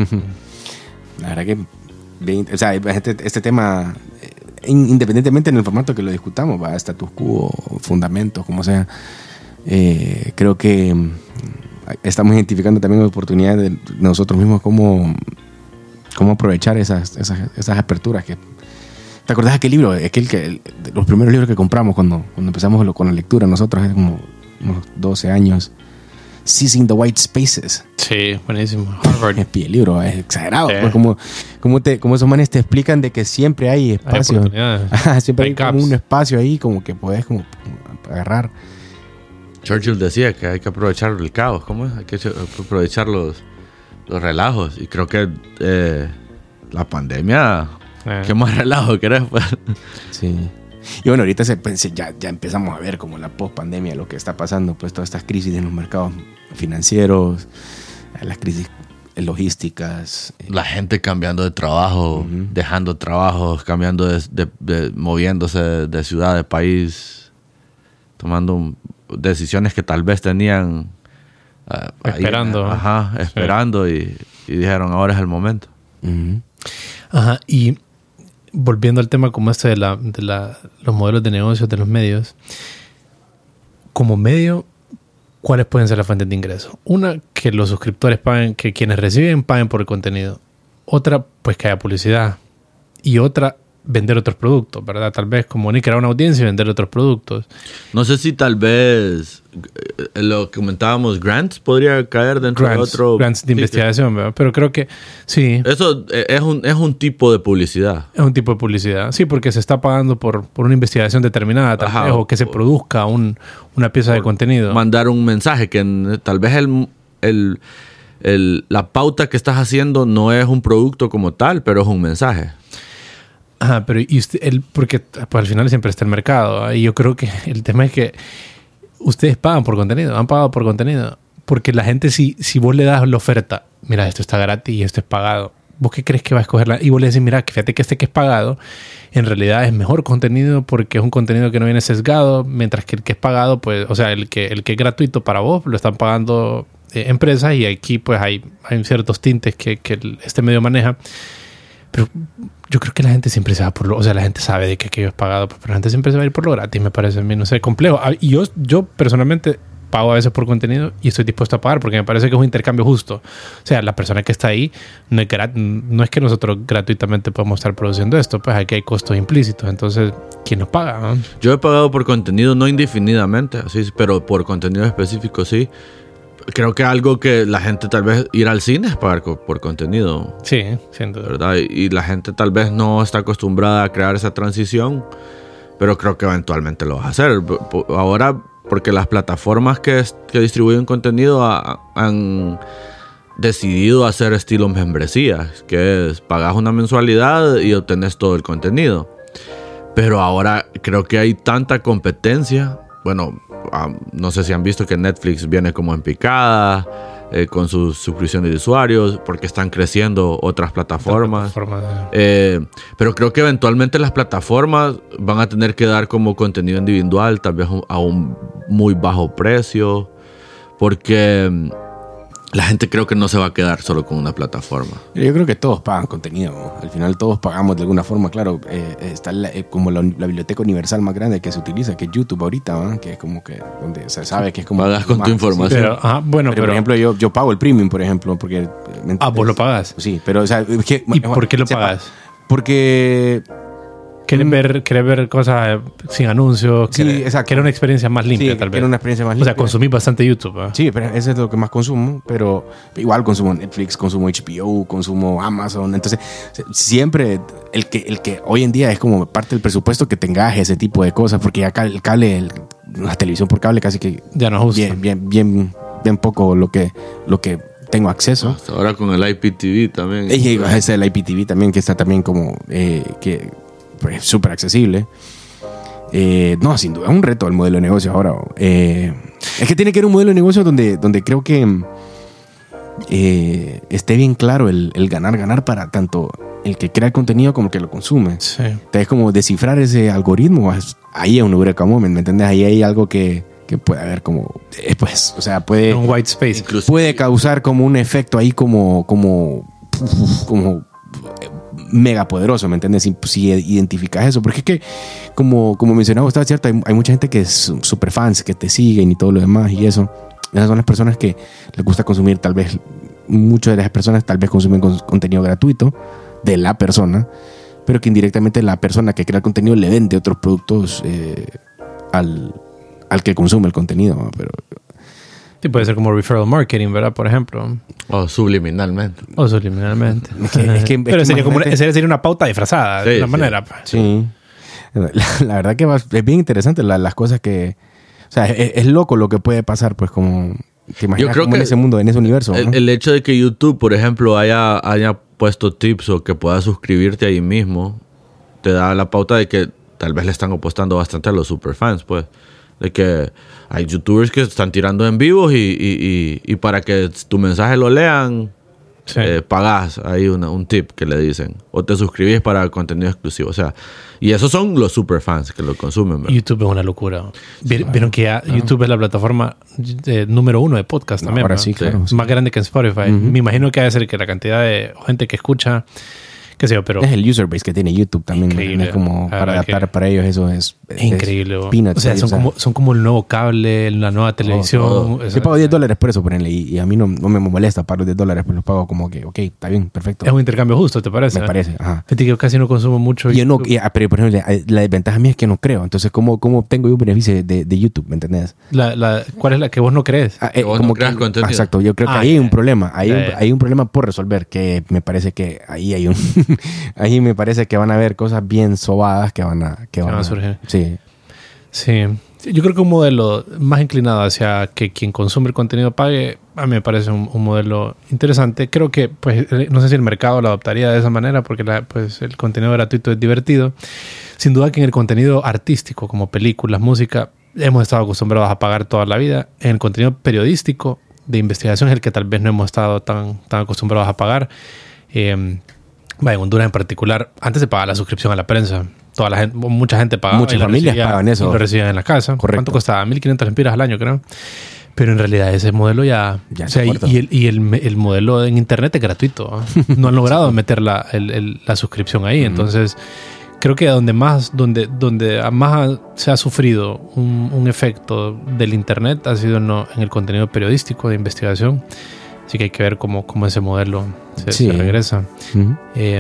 La verdad que, bien, o sea, este, este tema, independientemente en el formato que lo discutamos, va, status quo, fundamentos, como sea, eh, creo que estamos identificando también oportunidades de nosotros mismos cómo, cómo aprovechar esas, esas, esas aperturas. Que, ¿te acordás de aquel libro? Aquel que, el, de los primeros libros que compramos cuando, cuando empezamos con la lectura nosotros, hace como unos doce años. Seizing the White Spaces. Sí, buenísimo. Harvard. El libro es exagerado. Sí. Pues como, como, te, como esos manes te explican de que siempre hay espacio. Hay oportunidades. Ajá, siempre hay, hay como un espacio ahí como que puedes como, como agarrar. Churchill decía que hay que aprovechar el caos, ¿cómo es? Hay que aprovechar los, los relajos. Y creo que eh, la pandemia, eh. ¿qué más relajo querés? Pues? Sí. Y bueno, ahorita se, pues, ya, ya empezamos a ver como la post-pandemia, lo que está pasando, pues todas estas crisis en los mercados financieros, las crisis logísticas. La gente cambiando de trabajo, uh-huh. dejando trabajos, cambiando de, de, de moviéndose de, de ciudad, de país, tomando decisiones que tal vez tenían uh, esperando, ahí, ajá, esperando sí. y, y dijeron ahora es el momento. Uh-huh. Ajá, y volviendo al tema como este de, la, de la, los modelos de negocios de los medios, como medio, ¿cuáles pueden ser las fuentes de ingreso? Una, que los suscriptores paguen, que quienes reciben paguen por el contenido. Otra, pues que haya publicidad. Y otra, vender otros productos, ¿verdad? Tal vez como ni crear una audiencia y vender otros productos. No sé si tal vez eh, lo que comentábamos, grants podría caer dentro grants, de otro... grants de sí, investigación, ¿verdad? Pero creo que sí. Eso es un, es un tipo de publicidad. Es un tipo de publicidad. Sí, porque se está pagando por, por una investigación determinada, tal Ajá, vez, o que se o, produzca un, una pieza de contenido. Mandar un mensaje que tal vez el, el, el, la pauta que estás haciendo no es un producto como tal, pero es un mensaje. Ajá, pero y usted, el, porque pues, al final siempre está el mercado. ¿eh? Y yo creo que el tema es que ustedes pagan por contenido, han pagado por contenido. Porque la gente, si, si vos le das la oferta, mira, esto está gratis y esto es pagado, ¿vos qué crees que va a escoger? Y vos le decís, mira, fíjate que este que es pagado, en realidad es mejor contenido porque es un contenido que no viene sesgado, mientras que el que es pagado, pues, o sea, el que, el que es gratuito para vos, lo están pagando eh, empresas y aquí, pues, hay, hay ciertos tintes que, que el, este medio maneja. Pero yo creo que la gente siempre se va por lo... O sea, la gente sabe de que aquello es pagado, pero la gente siempre se va a ir por lo gratis, me parece a mí, no sé, complejo. Y yo, yo personalmente pago a veces por contenido y estoy dispuesto a pagar porque me parece que es un intercambio justo. O sea, la persona que está ahí no es, grat- no es que nosotros gratuitamente podemos estar produciendo esto, pues aquí hay costos implícitos. Entonces, ¿quién nos paga? ¿No? Yo he pagado por contenido, no indefinidamente, así, pero por contenido específico sí. Creo que algo que la gente tal vez ir al cine es pagar co- por contenido. Sí, sin duda. ¿Verdad? Y, y la gente tal vez no está acostumbrada a crear esa transición, pero creo que eventualmente lo vas a hacer. P- p- Ahora, porque las plataformas que, es- que distribuyen contenido ha- han decidido hacer estilo membresías, que es pagas una mensualidad y obtenés todo el contenido. Pero ahora creo que hay tanta competencia. Bueno, um, no sé si han visto que Netflix viene como en picada eh, con su suscripción de usuarios porque están creciendo otras plataformas. Plataforma de... Eh, pero creo que eventualmente las plataformas van a tener que dar como contenido individual, tal vez a un muy bajo precio, porque mm, la gente creo que no se va a quedar solo con una plataforma. Yo creo que todos pagan contenido, ¿no? Al final todos pagamos de alguna forma, claro. Eh, está la, eh, como la, la biblioteca universal más grande que se utiliza, que es YouTube ahorita, ¿no? Que es como que donde se sabe que es como... Pagas con más, tu información. sí. Pero, ajá, bueno, Pero, pero... por ejemplo, yo, yo pago el premium, por ejemplo, porque... ¿me Ah, ¿vos lo pagas? Sí, pero o sea... Es que, ¿Y por qué lo sepa, pagas? Porque... ¿Querés, Mm. ver, ¿Querés ver cosas sin anuncios? Sí, ¿Querés- exacto. Quiero una experiencia más limpia, Sí, tal vez. quiero una experiencia más O limpia. sea, consumís bastante YouTube. ¿eh? Sí, pero eso es lo que más consumo, pero igual consumo Netflix, consumo H B O, consumo Amazon, entonces siempre el que, el que hoy en día es como parte del presupuesto que tengas ese tipo de cosas, porque acá el cable, el- la televisión por cable casi que Ya no justo. bien, bien, bien, bien poco lo que, lo que tengo acceso. Hasta ahora con el I P T V también. Y ese el I P T V también, que está también como eh, que pues, súper accesible. Eh, no, sin duda, es un reto el modelo de negocio ahora. Eh, es que tiene que ser un modelo de negocio donde, donde creo que eh, esté bien claro el, el ganar, ganar para tanto el que crea el contenido como el que lo consume. Sí. Entonces, como descifrar ese algoritmo, es- ahí es un eureka moment, ¿me entiendes? Ahí hay algo que, que puede haber como, eh, pues, o sea, puede, Un white space. Incluso- puede causar como un efecto ahí como, como, como mega poderoso, ¿me entiendes? Si, si identificas eso, porque es que, como, como mencionaba usted, ¿cierto? Hay, hay mucha gente que es super fans, que te siguen y todo lo demás y eso. Esas son las personas que les gusta consumir, tal vez, muchas de las personas tal vez consumen con- contenido gratuito de la persona, pero que indirectamente la persona que crea el contenido le vende otros productos eh, al, al que consume el contenido, ¿no? Pero Sí, puede ser como referral marketing, ¿verdad? Por ejemplo. O subliminalmente. O subliminalmente. Es que- es que- Pero es que sería, como una, imagínate- sería una pauta disfrazada, Sí, de una sí. manera. pues. sí, la, la verdad que va- es bien interesante la- las cosas que... O sea, es, es loco lo que puede pasar, pues, como... Te imaginas creo como en que ese mundo, en ese universo, ¿no? El, el hecho de que YouTube, por ejemplo, haya, haya puesto tips o que puedas suscribirte ahí mismo, te da la pauta de que tal vez le están apostando bastante a los superfans, pues. De que hay youtubers que están tirando en vivos y, y, y, y para que tu mensaje lo lean, Sí. eh, pagás ahí una- un tip que le dicen. O te suscribís para contenido exclusivo. O sea, y esos son los superfans que lo consumen, ¿verdad? YouTube es una locura. Vi- Vieron que ya YouTube es la plataforma eh, número uno de podcast también. Ahora ¿no? sí, claro. sí. Más grande que en Spotify. Ujú. Me imagino que debe ser que la cantidad de gente que escucha, qué sé yo, pero... Es el user base que tiene YouTube también. Increíble. Es como para adaptar que... para ellos eso es... Es, es increíble. Peanuts, o sea, son, o sea, como, son como el nuevo cable, la nueva televisión. Oh, oh. Eso, yo pago diez dólares por eso, por ejemplo, y, y a mí no, no me molesta pagar los diez dólares, pues los pago como que, ok, está bien, perfecto. Es un intercambio justo, ¿te parece? Me parece, ajá. Fíjate que yo casi no consumo mucho yo no, y, pero por ejemplo, la, la desventaja mía es que no creo. Entonces, ¿cómo, cómo obtengo yo un beneficio de, de YouTube? ¿Me entendés? La, la, ¿Cuál es la que vos no crees? Ah, eh, que vos como no creas que, contenido. Exacto, yo creo que ah, ahí yeah. hay un problema. Hay, yeah, un, yeah. hay un problema por resolver que me parece que ahí hay un... ahí me parece que van a haber cosas bien sobadas que van a... Que van, van a a surgir. Sí. Sí. Yo creo que un modelo más inclinado hacia que quien consume el contenido pague, a mí me parece un, un modelo interesante. Creo que, pues, no sé si el mercado lo adoptaría de esa manera, porque la, pues, el contenido gratuito es divertido. Sin duda que en el contenido artístico, como películas, música, hemos estado acostumbrados a pagar toda la vida. En el contenido periodístico, de investigación, es el que tal vez no hemos estado tan, tan acostumbrados a pagar. Eh, vaya, en Honduras en particular, antes se pagaba la suscripción a la prensa. Toda la gente, mucha gente pagaba. Muchas familias recibía, pagan eso. Y lo recibían en la casa. Correcto. ¿Cuánto costaba? mil quinientas lempiras al año, creo. Pero en realidad ese modelo ya... ya o sea, y, y, el, y el, el modelo en internet es gratuito. ¿eh? No han logrado meter la, el, el, la suscripción ahí. Uh-huh. Entonces, creo que donde más, donde, donde más se ha sufrido un, un efecto del internet ha sido en, lo, en el contenido periodístico de investigación. Así que hay que ver cómo, cómo ese modelo se, sí. se regresa. Uh-huh. Eh,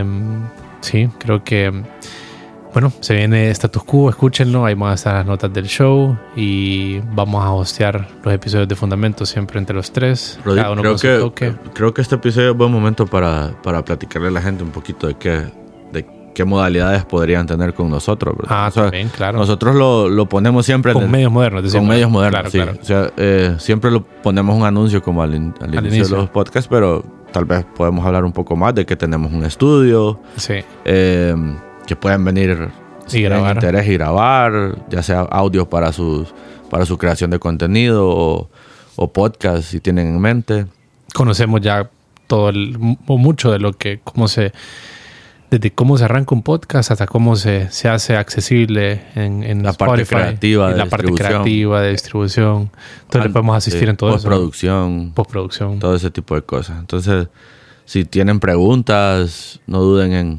sí, creo que... Bueno, se viene Status Quo, escúchenlo, ahí van a estar las notas del show y vamos a hostear los episodios de Fundamento siempre entre los tres. Roddy, cada uno creo, con su que, toque. creo que este episodio es buen momento para, para platicarle a la gente un poquito de qué, de qué modalidades podrían tener con nosotros, ¿verdad? Ah, o sea, también, claro. Nosotros lo, lo ponemos siempre... Con en el, medios modernos. Decimos. Con medios modernos, claro, sí. Claro. O sea, eh, siempre lo ponemos un anuncio como al, in, al, al inicio, inicio de los podcasts, pero tal vez podemos hablar un poco más de que tenemos un estudio. Sí. Eh, que pueden venir... Y grabar. interés y grabar, ya sea audio para sus para su creación de contenido o, o podcast si tienen en mente. Conocemos ya todo el, o mucho de lo que, cómo se, desde cómo se arranca un podcast hasta cómo se, se hace accesible en, en la Spotify, parte creativa de la parte creativa de distribución. Entonces Al, le podemos asistir sí, en todo postproducción, eso. Postproducción. Todo ese tipo de cosas. Entonces, si tienen preguntas, no duden en,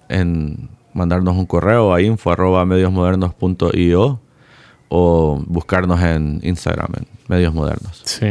en mandarnos un correo a info arroba mediosmodernos punto io o buscarnos en Instagram en Medios Modernos. Sí.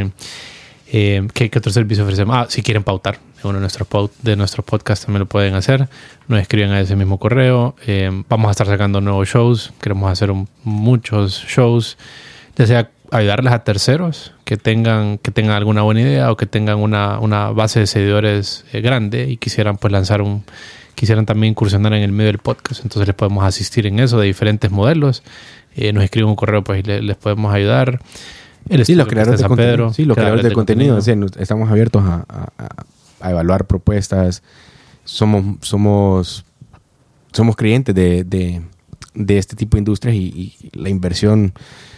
Eh, ¿qué, ¿Qué otro servicio ofrecemos? Ah, si quieren pautar en uno de nuestros, pod, de nuestros podcasts también lo pueden hacer. Nos escriben a ese mismo correo. Eh, vamos a estar sacando nuevos shows. Queremos hacer un, muchos shows, ya sea ayudarles a terceros que tengan, que tengan alguna buena idea o que tengan una, una base de seguidores eh, grande y quisieran pues lanzar un... quisieran también incursionar en el medio del podcast, entonces les podemos asistir en eso de diferentes modelos. Eh, nos escriben un correo pues y le, les podemos ayudar. El sí, los creadores de contenido. Pedro, Sí, los creadores de, de contenido. contenido. Sí, estamos abiertos a, a, a evaluar propuestas. Somos somos somos creyentes de, de, de este tipo de industrias y, y la inversión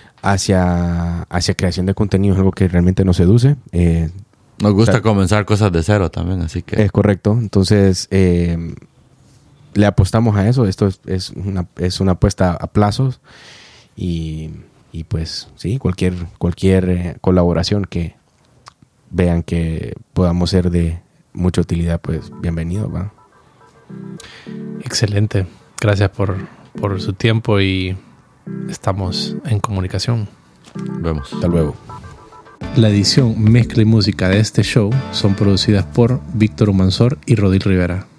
hacia, hacia creación de contenido es algo que realmente nos seduce. Eh, Nos gusta o sea, comenzar cosas de cero también, así que... Es correcto. Entonces, eh, le apostamos a eso. Esto es, es, una, es una apuesta a plazos. Y, y pues, sí, cualquier, cualquier eh, colaboración que vean que podamos ser de mucha utilidad, pues, bienvenido, ¿va? Excelente. Gracias por, por su tiempo y estamos en comunicación. Nos vemos. Hasta luego. La edición, mezcla y música de este show son producidas por Víctor Humansor y Rodil Rivera.